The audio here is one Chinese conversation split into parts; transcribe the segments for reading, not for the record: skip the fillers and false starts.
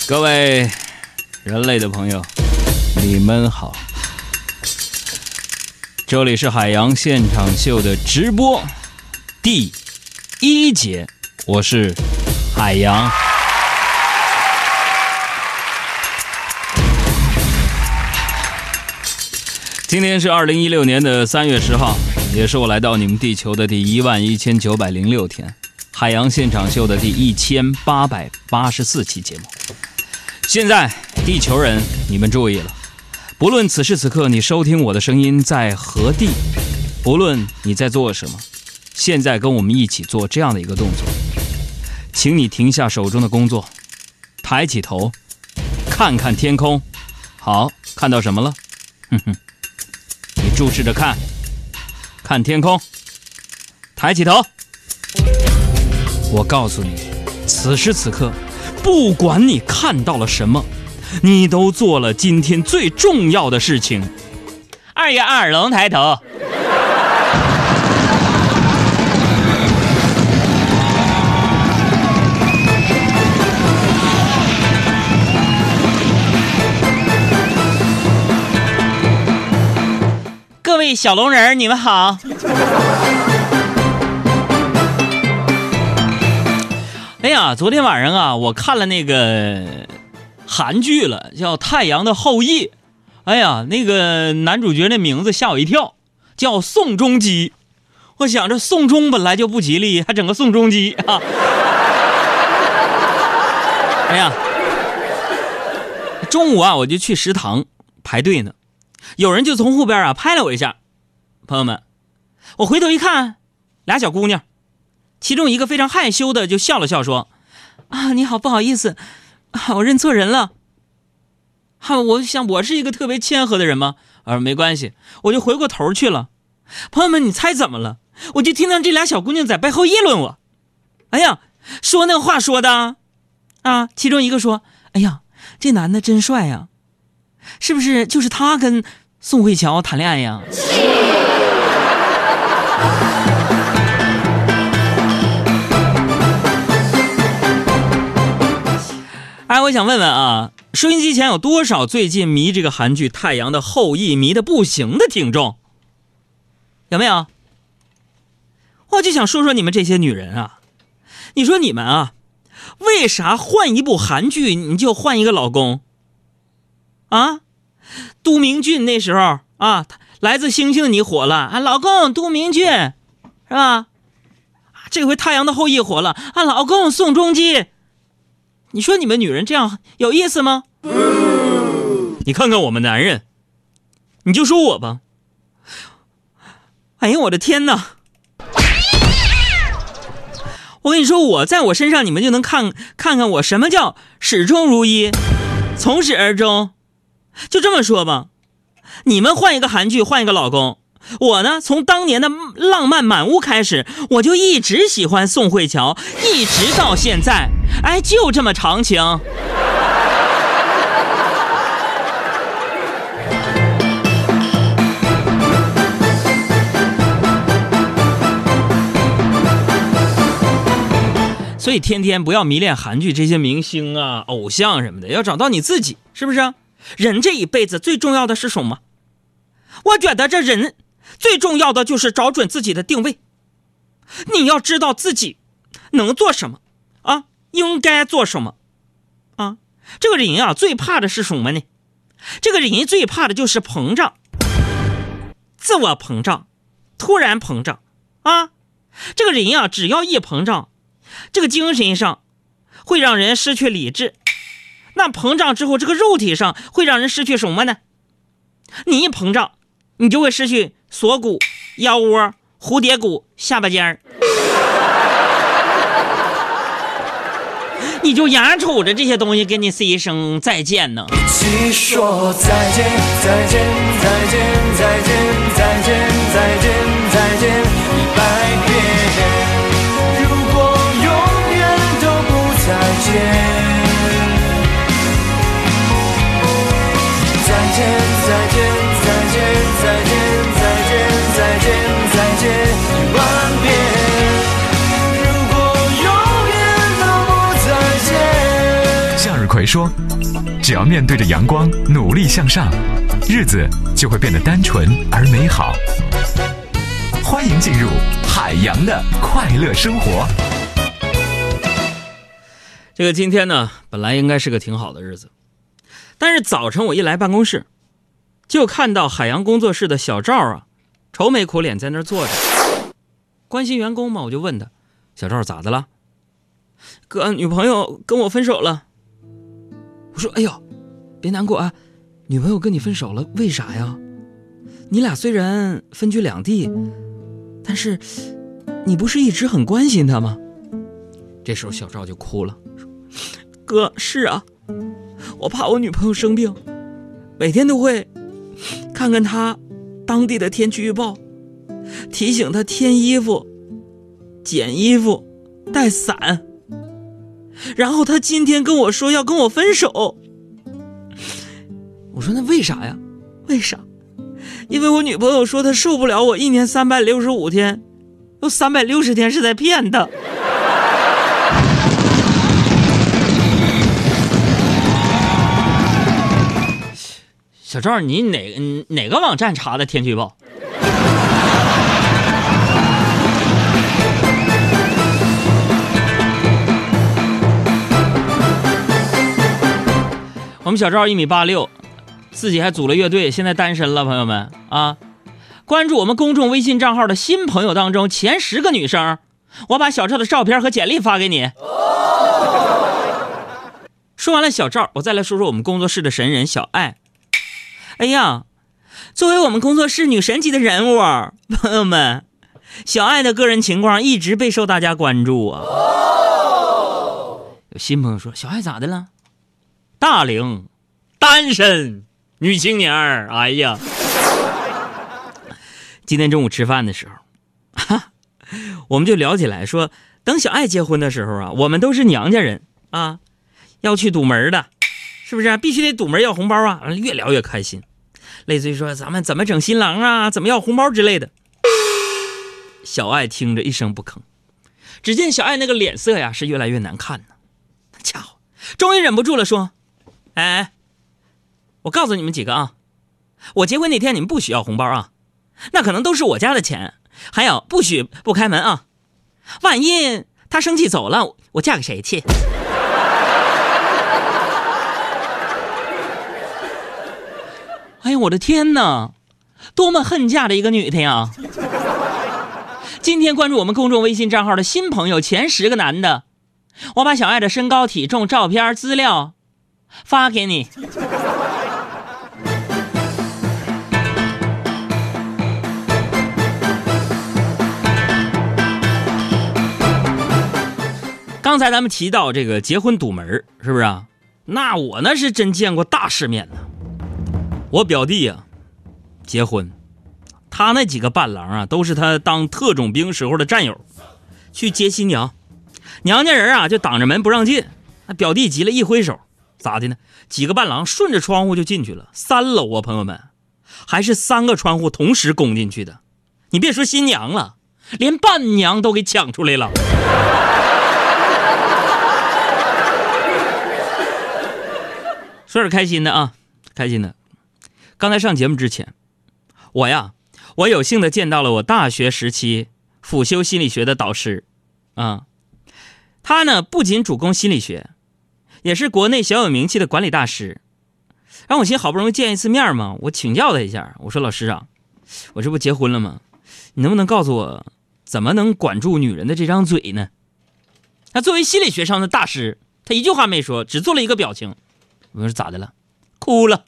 各位人类的朋友，你们好，这里是海洋现场秀的直播第1节，我是海洋。今天是2016年的3月10号，也是我来到你们地球的第11906天，海洋现场秀的第1884期节目。现在地球人，你们注意了，不论此时此刻你收听我的声音在何地，不论你在做什么，现在跟我们一起做这样的一个动作，请你停下手中的工作，抬起头看看天空。好，看到什么了？你注视着看，看天空，抬起头。我告诉你，此时此刻不管你看到了什么，你都做了今天最重要的事情。2月2龙抬头。各位小龙人，你们好。哎呀，昨天晚上啊，我看了那个韩剧了，叫《太阳的后裔》。哎呀，那个男主角那名字吓我一跳，叫宋仲基。我想着宋仲本来就不吉利，还整个宋仲基啊！哎呀，中午啊，我就去食堂排队呢，有人就从后边啊拍了我一下。朋友们，我回头一看，俩小姑娘。其中一个非常害羞的就笑了笑说：“啊，你好，不好意思，我认错人了。我想我是一个特别谦和的人吗？没关系，我就回过头去了。朋友们，你猜怎么了？我就听到这俩小姑娘在背后议论我。哎呀，说那话说的啊，其中一个说：哎呀，这男的真帅呀，是不是就是他跟宋慧乔谈恋爱呀？”哎，我想问问啊，收音机前有多少最近迷这个韩剧《太阳的后裔》迷得不行的听众？有没有？我就想说说你们这些女人啊，你说你们啊，为啥换一部韩剧你就换一个老公？啊，都明俊那时候啊，来自星星的你火了啊，老公都明俊是吧？这回《太阳的后裔》火了啊，老公宋仲基。你说你们女人这样有意思吗？你看看我们男人，你就说我吧。哎呀，我的天哪！我跟你说，我在我身上，你们就能看看我什么叫始终如一，从始而终。就这么说吧，你们换一个韩剧，换一个老公，我呢，从当年的浪漫满屋开始，我就一直喜欢宋慧乔，一直到现在。哎，就这么长情。所以天天不要迷恋韩剧这些明星啊、偶像什么的，要找到你自己，是不是？人这一辈子最重要的是什么？我觉得这人最重要的就是找准自己的定位。你要知道自己能做什么啊，应该做什么啊。这个人啊，最怕的是什么呢？这个人最怕的就是膨胀，自我膨胀，突然膨胀啊。这个人啊，只要一膨胀，这个精神上会让人失去理智，那膨胀之后，这个肉体上会让人失去什么呢？你一膨胀，你就会失去锁骨、腰窝、蝴蝶骨、下巴尖儿，你就眼瞅着这些东西跟你 say 一声再见呢。 一起说再见，再见，再见，再见，再见，再见，再见100遍。如果永远都不再见，再见，再见，再见，再见，再见，再见，再见10000遍。 奎说，只要面对着阳光，努力向上，日子就会变得单纯而美好。欢迎进入海洋的快乐生活。 这个今天呢，本来应该是个挺好的日子，但是早晨我一来办公室，就看到海洋工作室的小赵啊，愁眉苦脸在那儿坐着。关心员工嘛，我就问他，小赵咋的了？哥，女朋友跟我分手了。我说，哎呦，别难过啊，女朋友跟你分手了，为啥呀？你俩虽然分居两地，但是你不是一直很关心她吗？这时候小赵就哭了，说，哥，是啊，我怕我女朋友生病，每天都会看看她当地的天气预报，提醒她添衣服、减衣服、带伞。然后她今天跟我说要跟我分手。我说那为啥呀？为啥？因为我女朋友说她受不了我一年365天，有360天是在骗她。小赵，你哪个网站查的天气预报？我们小赵1.86米，自己还组了乐队，现在单身了，朋友们啊！关注我们公众微信账号的新朋友当中前10个女生，我把小赵的照片和简历发给你。说完了小赵，我再来说说我们工作室的神人小爱。哎呀，作为我们工作室女神级的人物，朋友们，小爱的个人情况一直备受大家关注啊。有新朋友说，小爱咋的了？大龄单身女青年儿。哎呀，今天中午吃饭的时候我们就聊起来说，等小爱结婚的时候啊，我们都是娘家人啊，要去堵门的，是不是必须得堵门要红包啊？越聊越开心，类似于说咱们怎么整新郎啊，怎么要红包之类的。小爱听着一声不吭，只见小爱那个脸色呀是越来越难看呢。家伙终于忍不住了，说，哎，我告诉你们几个啊，我结婚那天你们不许要红包啊，那可能都是我家的钱，还有不许不开门啊，万一他生气走了，我嫁给谁去？哎呀，我的天哪，多么恨嫁的一个女的呀！今天关注我们公众微信账号的新朋友前10个男的，我把小爱的身高、体重、照片、资料发给你。刚才咱们提到这个结婚堵门，是不是啊？那我那是真见过大世面呢。我表弟啊，结婚，他那几个伴郎啊，都是他当特种兵时候的战友，去接新娘，娘家人啊就挡着门不让进，表弟急了一挥手，咋的呢？几个伴郎顺着窗户就进去了，3楼啊，朋友们，还是3个窗户同时攻进去的。你别说新娘了，连伴娘都给抢出来了。说点开心的啊，开心的。刚才上节目之前，我有幸的见到了我大学时期辅修心理学的导师啊，他呢不仅主攻心理学，也是国内小有名气的管理大师。让我寻思好不容易见一次面嘛，我请教他一下，我说老师啊，我这不结婚了吗？你能不能告诉我怎么能管住女人的这张嘴呢？他作为心理学上的大师，他一句话没说，只做了一个表情。我说咋的了？哭了。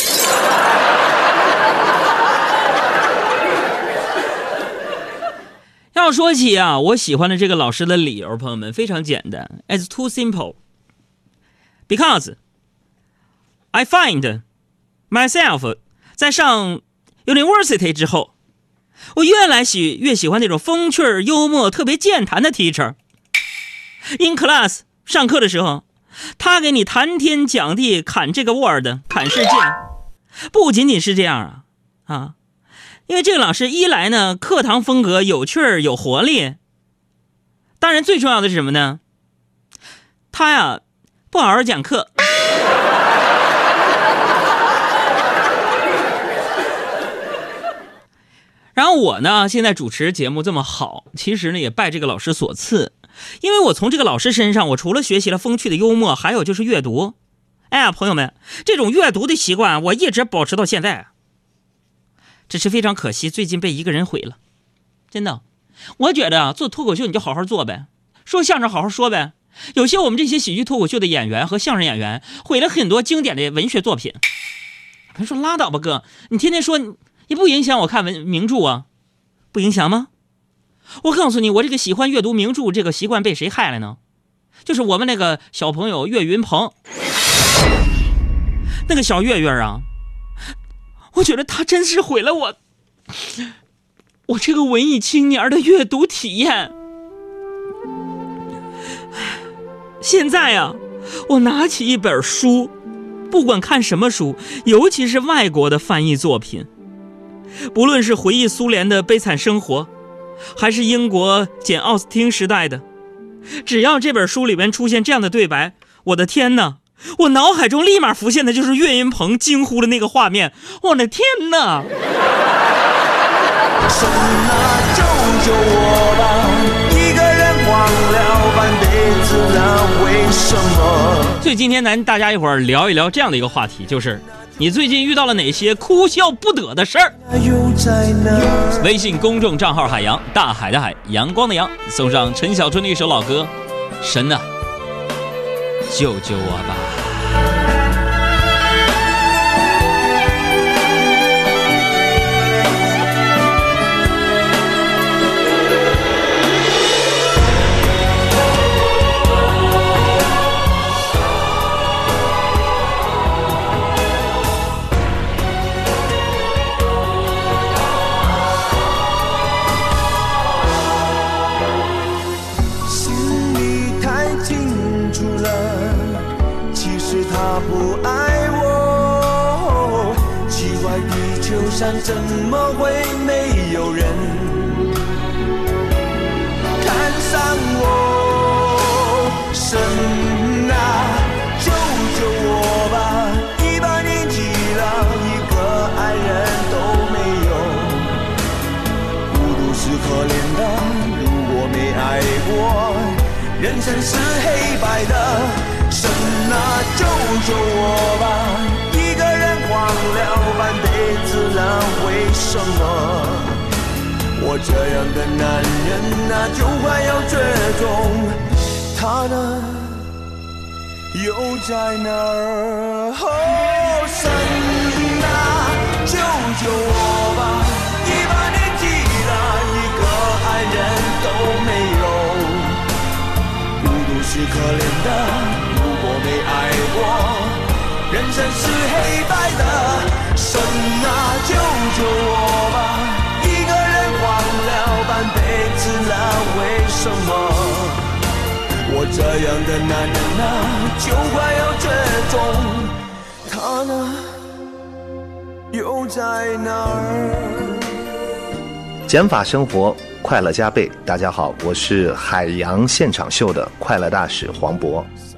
要说起啊，我喜欢的这个老师的理由，朋友们非常简单 ，It's too simple. Because I find myself 在上 university 之后，我越来越喜欢那种风趣幽默、特别健谈的 teacher. In class 上课的时候，他给你谈天讲地，侃这个 word， 侃世界。不仅仅是这样啊，因为这个老师一来呢，课堂风格有趣儿有活力，当然最重要的是什么呢？他呀不好好讲课， 然后我呢，现在主持节目这么好，其实呢也拜这个老师所赐，因为我从这个老师身上，我除了学习了风趣的幽默，还有就是阅读。哎，朋友们，这种阅读的习惯我一直保持到现在，只是非常可惜，最近被一个人毁了。真的，我觉得做脱口秀你就好好做呗，说相声好好说呗。有些我们这些喜剧脱口秀的演员和相声演员毁了很多经典的文学作品。他说拉倒吧哥，你天天说也不影响我看名著啊，不影响吗？我告诉你，我这个喜欢阅读名著这个习惯被谁害了呢？就是我们那个小朋友岳云鹏，那个小岳岳啊，我觉得他真是毁了我这个文艺青年的阅读体验。现在啊，我拿起一本书，不管看什么书，尤其是外国的翻译作品，不论是回忆苏联的悲惨生活，还是英国简奥斯汀时代的，只要这本书里面出现这样的对白，我的天哪，我脑海中立马浮现的就是岳云鹏惊呼的那个画面。我的天哪！ 神啊，救救我吧！一个人忘了半辈子了，为什么？ 所以今天咱大家一会儿聊一聊这样的一个话题，就是你最近遇到了哪些哭笑不得的事儿？微信公众账号海洋，大海的海，阳光的阳，送上陈小春的一首老歌《神啊，救救我吧》。 怎么会没有人看上我？神啊，救救我吧！一把年纪了，一个爱人都没有，孤独是可怜的。如果没爱过，人生是黑白的。神啊，救救我吧！一个人忘了半辈子了，为什么我这样的男人啊，就快要绝种？他呢，又在哪儿？哦，神啊，救救我吧！一把年纪了，一个爱人都没有，孤独是可怜的。如果没爱过，人生是黑白的。神啊，救救我吧！一个人忘了半辈子了，为什么我这样的男人啊，就快要绝种？他呢，又在哪儿？ 减法生活，快乐加倍。大家好，我是海洋现场秀的快乐大使黄渤。